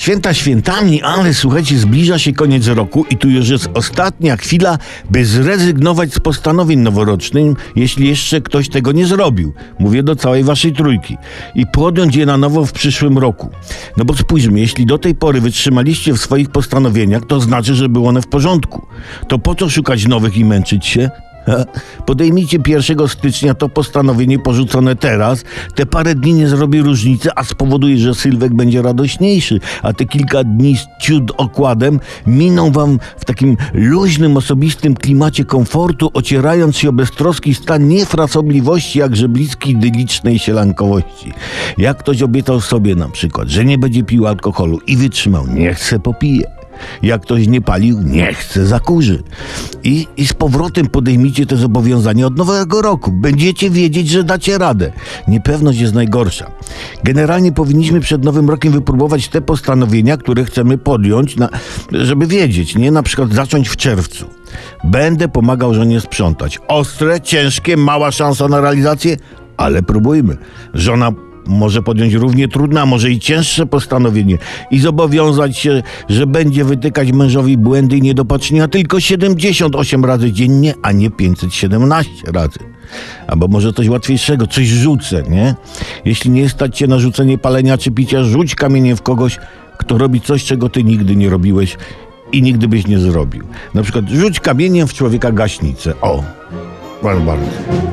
Święta świętami, ale słuchajcie, zbliża się koniec roku i tu już jest ostatnia chwila, by zrezygnować z postanowień noworocznych, jeśli jeszcze ktoś tego nie zrobił. Mówię do całej waszej trójki. I podjąć je na nowo w przyszłym roku. No bo spójrzmy, jeśli do tej pory wytrzymaliście w swoich postanowieniach, to znaczy, że były one w porządku. To po co szukać nowych i męczyć się? Podejmijcie 1 stycznia to postanowienie porzucone teraz. Te parę dni nie zrobi różnicy, a spowoduje, że Sylwek będzie radośniejszy, a te kilka dni z ciut okładem miną wam w takim luźnym, osobistym klimacie komfortu, ocierając się o beztroski stan niefrasobliwości, jakże bliskiej idylicznej sielankowości. Jak ktoś obiecał sobie na przykład, że nie będzie pił alkoholu i wytrzymał, niech se popije. Jak ktoś nie palił, niech se zakurzy. I z powrotem podejmijcie te zobowiązania od nowego roku. Będziecie wiedzieć, że dacie radę. Niepewność jest najgorsza. Generalnie powinniśmy przed nowym rokiem wypróbować te postanowienia, które chcemy podjąć, żeby wiedzieć, nie? Na przykład zacząć w czerwcu. Będę pomagał żonie sprzątać. Ostre, ciężkie, mała szansa na realizację, ale próbujmy. Żona może podjąć równie trudne, a może i cięższe postanowienie i zobowiązać się, że będzie wytykać mężowi błędy i niedopatrzenia tylko 78 razy dziennie, a nie 517 razy. Albo może coś łatwiejszego, coś rzucę, nie? Jeśli nie stać cię na rzucenie palenia czy picia, rzuć kamieniem w kogoś, kto robi coś, czego ty nigdy nie robiłeś i nigdy byś nie zrobił. Na przykład rzuć kamieniem w człowieka gaśnicę. O, bardzo.